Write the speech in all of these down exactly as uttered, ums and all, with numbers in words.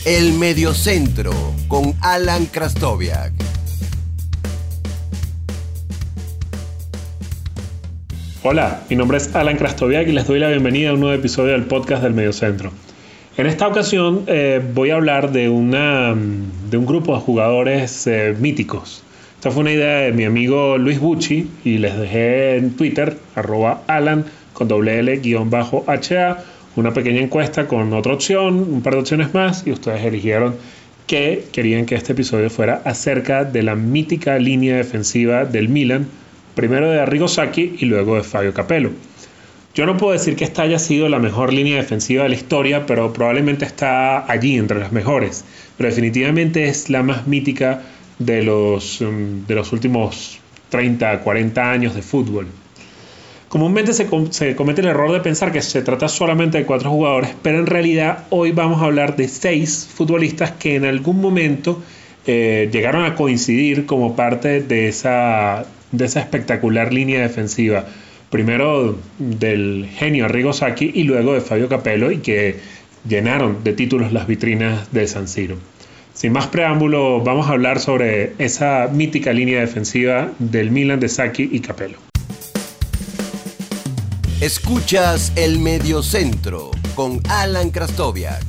El Mediocentro con Alan Krastoviak. Hola, mi nombre es Alan Krastoviak y les doy la bienvenida a un nuevo episodio del podcast del Mediocentro. En esta ocasión eh, voy a hablar de, una, de un grupo de jugadores eh, míticos. Esta fue una idea de mi amigo Luis Bucci y les dejé en Twitter, arroba Alan con doble L guión bajo H A, una pequeña encuesta con otra opción, un par de opciones más, y ustedes eligieron que querían que este episodio fuera acerca de la mítica línea defensiva del Milan, primero de Arrigo Sacchi y luego de Fabio Capello. Yo no puedo decir que esta haya sido la mejor línea defensiva de la historia, pero probablemente está allí entre las mejores. Pero definitivamente es la más mítica de los, de los últimos treinta, cuarenta años de fútbol. Comúnmente se, com- se comete el error de pensar que se trata solamente de cuatro jugadores, pero en realidad hoy vamos a hablar de seis futbolistas que en algún momento eh, llegaron a coincidir como parte de esa, de esa espectacular línea defensiva. Primero del genio Arrigo Sacchi y luego de Fabio Capello, y que llenaron de títulos las vitrinas del San Siro. Sin más preámbulo, vamos a hablar sobre esa mítica línea defensiva del Milan de Sacchi y Capello. Escuchas El Mediocentro con Alan Krastoviak.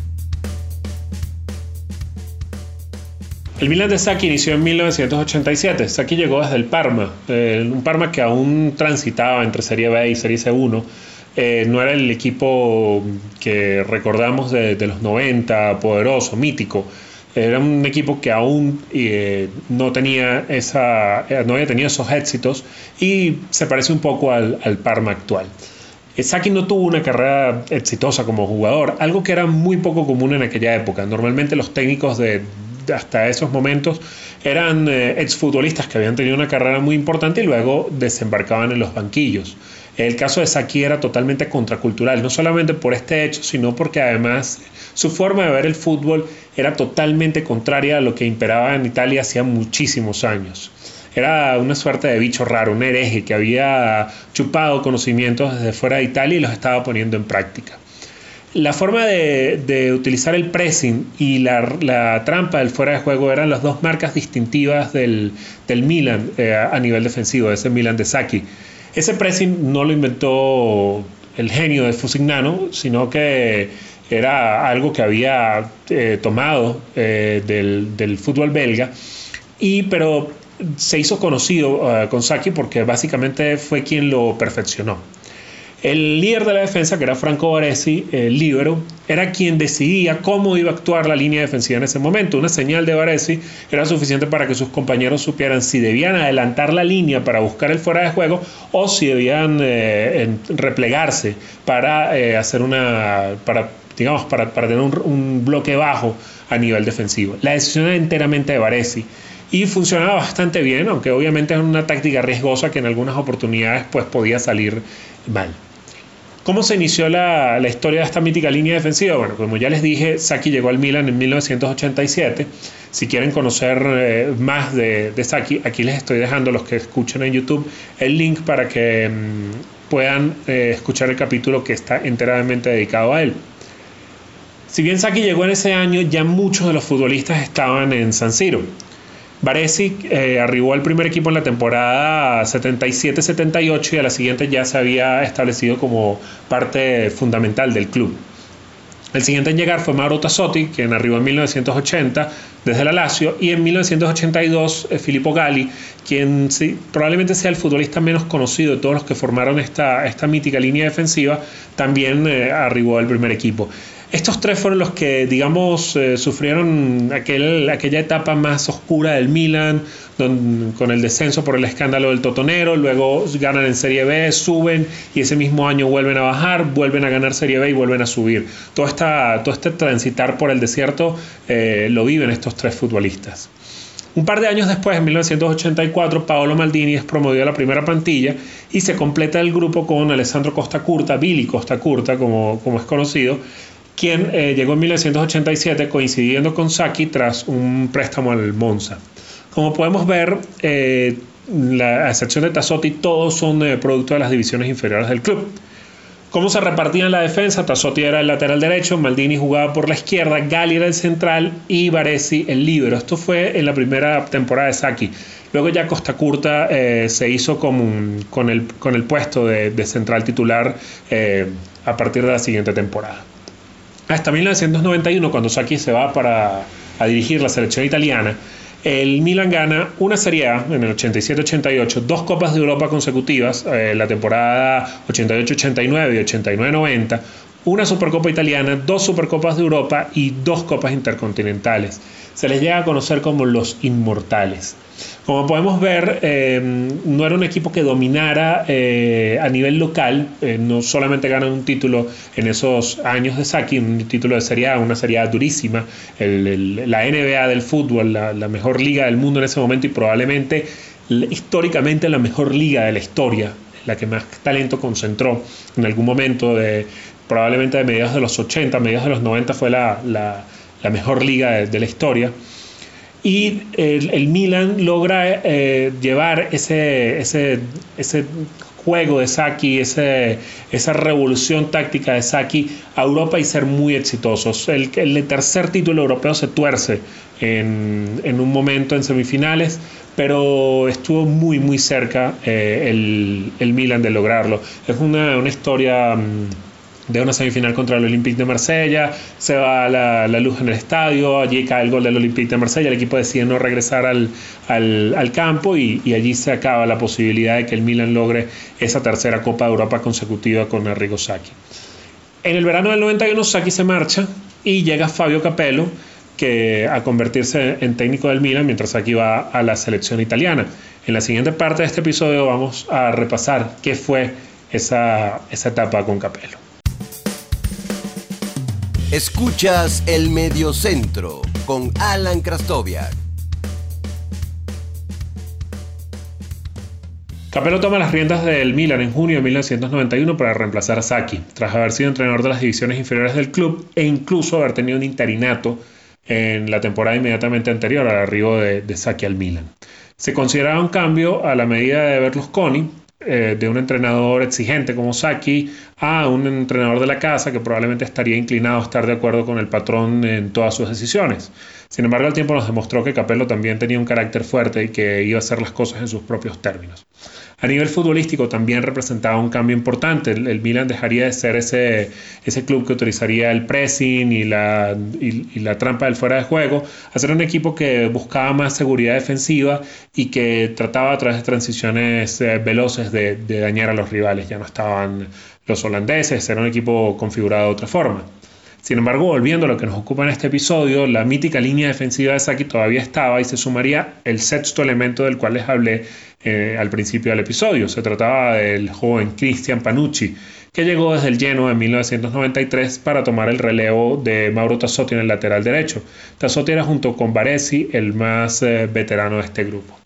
El Milan de Sacchi inició en mil novecientos ochenta y siete. Sacchi llegó desde el Parma, eh, un Parma que aún transitaba entre Serie B y Serie C uno. Eh, no era el equipo que recordamos de, de los noventa, poderoso, mítico. Era un equipo que aún eh, no tenía esa, no había tenido esos éxitos y se parece un poco al, al Parma actual. Sacchi no tuvo una carrera exitosa como jugador, algo que era muy poco común en aquella época. Normalmente los técnicos de, de hasta esos momentos eran eh, exfutbolistas que habían tenido una carrera muy importante y luego desembarcaban en los banquillos. El caso de Sacchi era totalmente contracultural, no solamente por este hecho, sino porque además su forma de ver el fútbol era totalmente contraria a lo que imperaba en Italia hacía muchísimos años. Era una suerte de bicho raro, un hereje que había chupado conocimientos desde fuera de Italia y los estaba poniendo en práctica. La forma de, de utilizar el pressing y la, la trampa del fuera de juego eran las dos marcas distintivas del, del Milan eh, a nivel defensivo, de ese Milan de Sacchi. Ese pressing no lo inventó el genio de Fusignano, sino que era algo que había eh, tomado eh, del, del fútbol belga, y, pero se hizo conocido uh, con Sacchi porque básicamente fue quien lo perfeccionó. El líder de la defensa, que era Franco Baresi, el líbero, era quien decidía cómo iba a actuar la línea defensiva en ese momento. Una señal de Baresi era suficiente para que sus compañeros supieran si debían adelantar la línea para buscar el fuera de juego o si debían eh, replegarse para eh, hacer una, para, digamos, para, para tener un, un bloque bajo a nivel defensivo. La decisión era enteramente de Baresi y funcionaba bastante bien, aunque obviamente es una táctica riesgosa que en algunas oportunidades pues, podía salir mal. ¿Cómo se inició la, la historia de esta mítica línea defensiva? Bueno, como ya les dije, Sacchi llegó al Milan en mil novecientos ochenta y siete. Si quieren conocer eh, más de, de Sacchi, aquí les estoy dejando, los que escuchen en YouTube, el link para que mmm, puedan eh, escuchar el capítulo que está enteramente dedicado a él. Si bien Sacchi llegó en ese año, ya muchos de los futbolistas estaban en San Siro. Baresi eh, arribó al primer equipo en la temporada setenta y siete setenta y ocho y a la siguiente ya se había establecido como parte fundamental del club. El siguiente en llegar fue Mauro Tassotti, quien arribó en mil novecientos ochenta desde la Lazio, y en mil novecientos ochenta y dos eh, Filippo Galli, quien sí, probablemente sea el futbolista menos conocido de todos los que formaron esta, esta mítica línea defensiva, también eh, arribó al primer equipo. Estos tres fueron los que, digamos, eh, sufrieron aquel, aquella etapa más oscura del Milan, don, con el descenso por el escándalo del Totonero. Luego ganan en Serie B, suben y ese mismo año vuelven a bajar, vuelven a ganar Serie B y vuelven a subir. Todo, esta, todo este transitar por el desierto eh, lo viven estos tres futbolistas. Un par de años después, en mil novecientos ochenta y cuatro, Paolo Maldini es promovido a la primera plantilla y se completa el grupo con Alessandro Costacurta, Billy Costacurta, como, como es conocido, quien eh, llegó en mil novecientos ochenta y siete coincidiendo con Sacchi tras un préstamo al Monza. Como podemos ver, eh, la, a excepción de Tassotti, todos son eh, producto de las divisiones inferiores del club. ¿Cómo se repartían la defensa? Tassotti era el lateral derecho, Maldini jugaba por la izquierda, Galli era el central y Baresi el líbero. Esto fue en la primera temporada de Sacchi. Luego ya Costa Curta eh, se hizo con, un, con, el, con el puesto de, de central titular eh, a partir de la siguiente temporada. Hasta mil novecientos noventa y uno, cuando Sacchi se va para a dirigir la selección italiana, el Milan gana una Serie A en el ochenta y siete ochenta y ocho, dos Copas de Europa consecutivas, eh, la temporada ochenta y ocho ochenta y nueve y ochenta y nueve noventa, una Supercopa italiana, dos Supercopas de Europa y dos Copas intercontinentales. Se les llega a conocer como los Inmortales. Como podemos ver, eh, no era un equipo que dominara eh, a nivel local, eh, no solamente ganan un título en esos años de Sacchi, un título de Serie A, una Serie A durísima, el, el, la N B A del fútbol, la, la mejor liga del mundo en ese momento y probablemente históricamente la mejor liga de la historia, la que más talento concentró en algún momento, de, probablemente de mediados de los ochenta, mediados de los noventa fue la, la, la mejor liga de, de la historia. Y el, el Milan logra eh, llevar ese, ese, ese juego de Sacchi, ese, esa revolución táctica de Sacchi a Europa y ser muy exitosos. El, el tercer título europeo se tuerce en, en un momento en semifinales, pero estuvo muy muy cerca eh, el, el Milan de lograrlo. Es una, una historia de una semifinal contra el Olympique de Marsella, se va la, la luz en el estadio, allí cae el gol del Olympique de Marsella, el equipo decide no regresar al, al, al campo y, y allí se acaba la posibilidad de que el Milan logre esa tercera Copa de Europa consecutiva con Arrigo Sacchi. En el verano del noventa y uno Sacchi se marcha y llega Fabio Capello, que a convertirse en técnico del Milan mientras Sacchi va a la selección italiana. En la siguiente parte de este episodio vamos a repasar qué fue esa, esa etapa con Capello. Escuchas El Mediocentro con Alan Krastoviak. Capello toma las riendas del Milan en junio de mil novecientos noventa y uno para reemplazar a Sacchi, tras haber sido entrenador de las divisiones inferiores del club e incluso haber tenido un interinato en la temporada inmediatamente anterior al arribo de, de Sacchi al Milan. Se consideraba un cambio a la medida de Berlusconi, eh, de un entrenador exigente como Sacchi a un entrenador de la casa que probablemente estaría inclinado a estar de acuerdo con el patrón en todas sus decisiones. Sin embargo, el tiempo nos demostró que Capello también tenía un carácter fuerte y que iba a hacer las cosas en sus propios términos. A nivel futbolístico también representaba un cambio importante. El, el Milan dejaría de ser ese, ese club que utilizaría el pressing y la, y, y la trampa del fuera de juego, a ser un equipo que buscaba más seguridad defensiva y que trataba a través de transiciones eh, veloces de, de dañar a los rivales. Ya no estaban los holandeses, era un equipo configurado de otra forma. Sin embargo, volviendo a lo que nos ocupa en este episodio, la mítica línea defensiva de Sacchi todavía estaba y se sumaría el sexto elemento del cual les hablé eh, al principio del episodio. Se trataba del joven Cristian Panucci, que llegó desde el Genoa en mil novecientos noventa y tres para tomar el relevo de Mauro Tassotti en el lateral derecho. Tassotti era, junto con Baresi, el más eh, veterano de este grupo.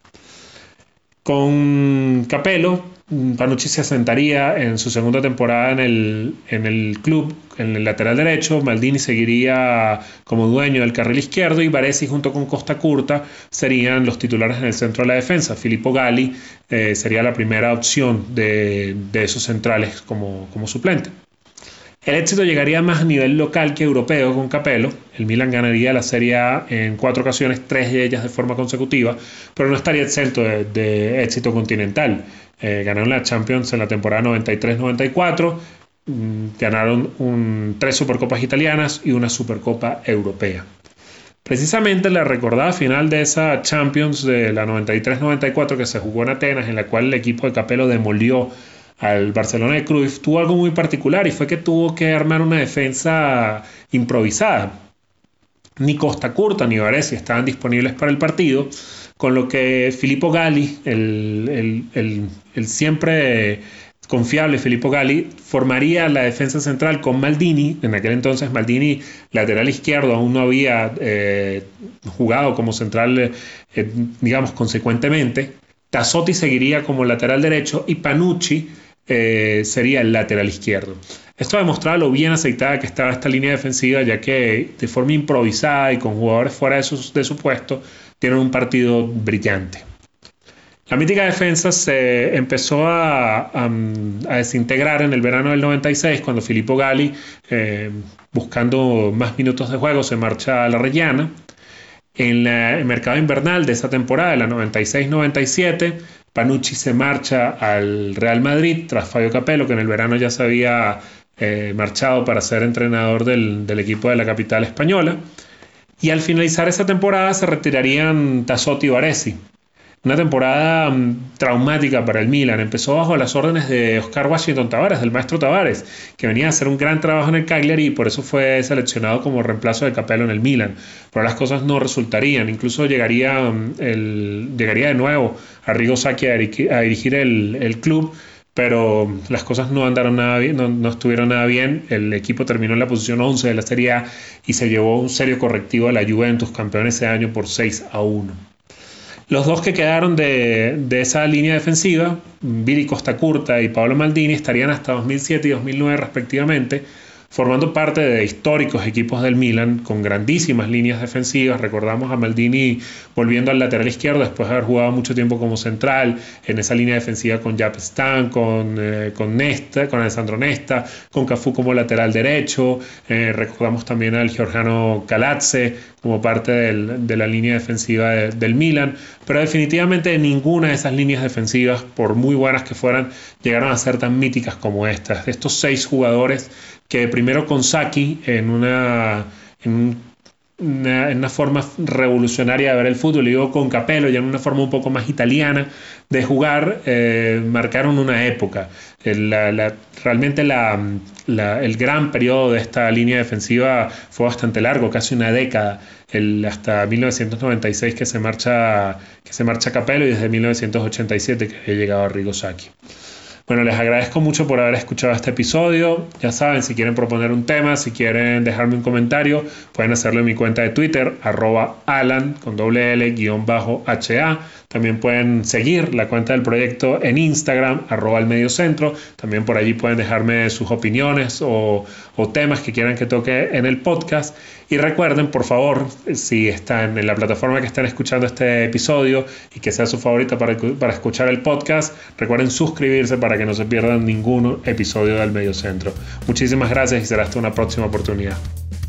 Con Capello, Panucci se asentaría en su segunda temporada en el, en el club, en el lateral derecho. Maldini seguiría como dueño del carril izquierdo y Baresi junto con Costa Curta serían los titulares en el centro de la defensa. Filippo Galli eh, sería la primera opción de, de esos centrales como, como suplente. El éxito llegaría más a nivel local que europeo con Capello. El Milan ganaría la Serie A en cuatro ocasiones, tres de ellas de forma consecutiva, pero no estaría exento de, de éxito continental. Eh, ganaron la Champions en la temporada noventa y tres noventa y cuatro, mmm, ganaron un, tres Supercopas italianas y una Supercopa europea. Precisamente la recordada final de esa Champions de la noventa y tres noventa y cuatro que se jugó en Atenas, en la cual el equipo de Capello demolió al Barcelona de Cruyff, tuvo algo muy particular y fue que tuvo que armar una defensa improvisada. Ni Costa Curta ni Baresi estaban disponibles para el partido, con lo que Filippo Galli, el, el, el, el siempre confiable Filippo Galli, formaría la defensa central con Maldini. En aquel entonces Maldini, lateral izquierdo, aún no había eh, jugado como central, eh, digamos, consecuentemente. Tassotti seguiría como lateral derecho y Panucci eh, sería el lateral izquierdo. Esto demostraba lo bien aceitada que estaba esta línea defensiva, ya que de forma improvisada y con jugadores fuera de su, de su puesto, tienen un partido brillante. La mítica defensa se empezó a, a, a desintegrar en el verano del noventa y seis cuando Filippo Galli, eh, buscando más minutos de juego, se marcha a la Reggiana. En la, el mercado invernal de esa temporada, de la noventa y seis noventa y siete, Panucci se marcha al Real Madrid tras Fabio Capello, que en el verano ya se había eh, marchado para ser entrenador del, del equipo de la capital española. Y al finalizar esa temporada se retirarían Tassotti y Baresi. Una temporada um, traumática para el Milan. Empezó bajo las órdenes de Oscar Washington Tabárez, del maestro Tabárez, que venía a hacer un gran trabajo en el Cagliari y por eso fue seleccionado como reemplazo de Capello en el Milan. Pero las cosas no resultarían. Incluso llegaría, um, el, llegaría de nuevo Arrigo Sacchi a, a dirigir el, el club, pero las cosas no andaron nada bien, no, no estuvieron nada bien. El equipo terminó en la posición once de la Serie A y se llevó un serio correctivo a la Juventus, campeón ese año por seis a uno. Los dos que quedaron de, de esa línea defensiva, Viri Costacurta y Paolo Maldini, estarían hasta dos mil siete y dos mil nueve respectivamente, formando parte de históricos equipos del Milan con grandísimas líneas defensivas. Recordamos a Maldini volviendo al lateral izquierdo después de haber jugado mucho tiempo como central en esa línea defensiva con Jaap Stam, con, eh, con Nesta, con Alessandro Nesta, con Cafú como lateral derecho. Eh, recordamos también al georgiano Kalatze como parte del, de la línea defensiva de, del Milan, pero definitivamente ninguna de esas líneas defensivas, por muy buenas que fueran, llegaron a ser tan míticas como estas. De estos seis jugadores que primero con Sacchi en una, en una, en una forma revolucionaria de ver el fútbol, y luego con Capello ya en una forma un poco más italiana de jugar, eh, marcaron una época. La, la, realmente la, la, el gran periodo de esta línea defensiva fue bastante largo, casi una década, el, hasta mil novecientos noventa y seis que se marcha, que se marcha Capello, y desde mil novecientos ochenta y siete que había llegado Arrigo Sacchi. Bueno, les agradezco mucho por haber escuchado este episodio. Ya saben, si quieren proponer un tema, si quieren dejarme un comentario, pueden hacerlo en mi cuenta de Twitter, arroba Alan, con doble L, guión bajo H A. También pueden seguir la cuenta del proyecto en Instagram, arroba el mediocentro. También por allí pueden dejarme sus opiniones o, o temas que quieran que toque en el podcast. Y recuerden, por favor, si están en la plataforma que están escuchando este episodio y que sea su favorita para, para escuchar el podcast, recuerden suscribirse para que no se pierdan ningún episodio del Mediocentro. Muchísimas gracias y será hasta una próxima oportunidad.